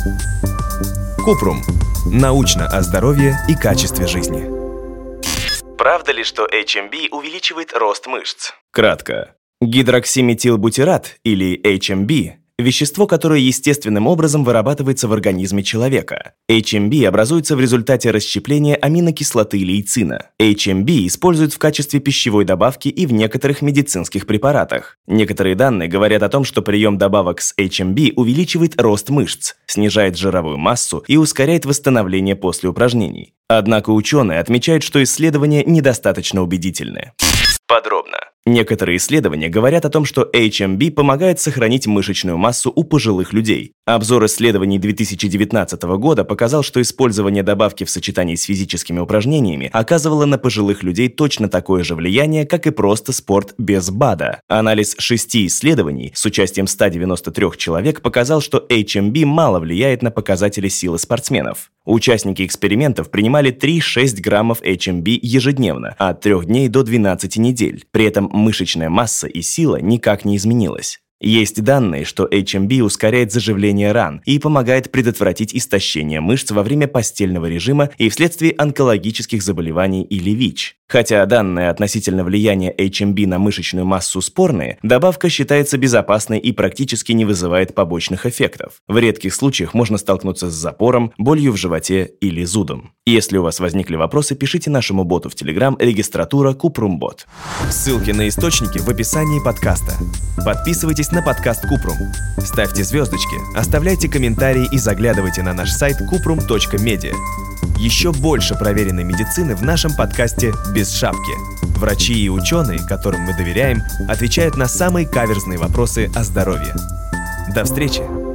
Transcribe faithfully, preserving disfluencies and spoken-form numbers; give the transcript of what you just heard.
Купрум. Научно о здоровье и качестве жизни. Правда ли, что эйч эм би увеличивает рост мышц? Кратко. Гидроксиметилбутират, или эйч эм би, вещество, которое естественным образом вырабатывается в организме человека. эйч эм би образуется в результате расщепления аминокислоты лейцина. эйч эм би используют в качестве пищевой добавки и в некоторых медицинских препаратах. Некоторые данные говорят о том, что прием добавок с эйч эм би увеличивает рост мышц, снижает жировую массу и ускоряет восстановление после упражнений. Однако ученые отмечают, что исследования недостаточно убедительны. Подробно. Некоторые исследования говорят о том, что эйч эм би помогает сохранить мышечную массу у пожилых людей. Обзор исследований две тысячи девятнадцатого года показал, что использование добавки в сочетании с физическими упражнениями оказывало на пожилых людей точно такое же влияние, как и просто спорт без БАДа. Анализ шести исследований с участием ста девяноста трёх человек показал, что эйч эм би мало влияет на показатели силы спортсменов. Участники экспериментов принимали три-шесть граммов эйч эм би ежедневно, от трёх дней до двенадцати недель. При этом мышечная масса и сила никак не изменилась. Есть данные, что эйч эм би ускоряет заживление ран и помогает предотвратить истощение мышц во время постельного режима и вследствие онкологических заболеваний или ВИЧ. Хотя данные относительно влияния эйч эм би на мышечную массу спорные, добавка считается безопасной и практически не вызывает побочных эффектов. В редких случаях можно столкнуться с запором, болью в животе или зудом. Если у вас возникли вопросы, пишите нашему боту в Telegram регистратура Купрумбот. Ссылки на источники в описании подкаста. Подписывайтесь на подкаст Купрум. Ставьте звездочки, оставляйте комментарии и заглядывайте на наш сайт купрум точка медиа. Еще больше проверенной медицины в нашем подкасте «Без шапки». Врачи и ученые, которым мы доверяем, отвечают на самые каверзные вопросы о здоровье. До встречи!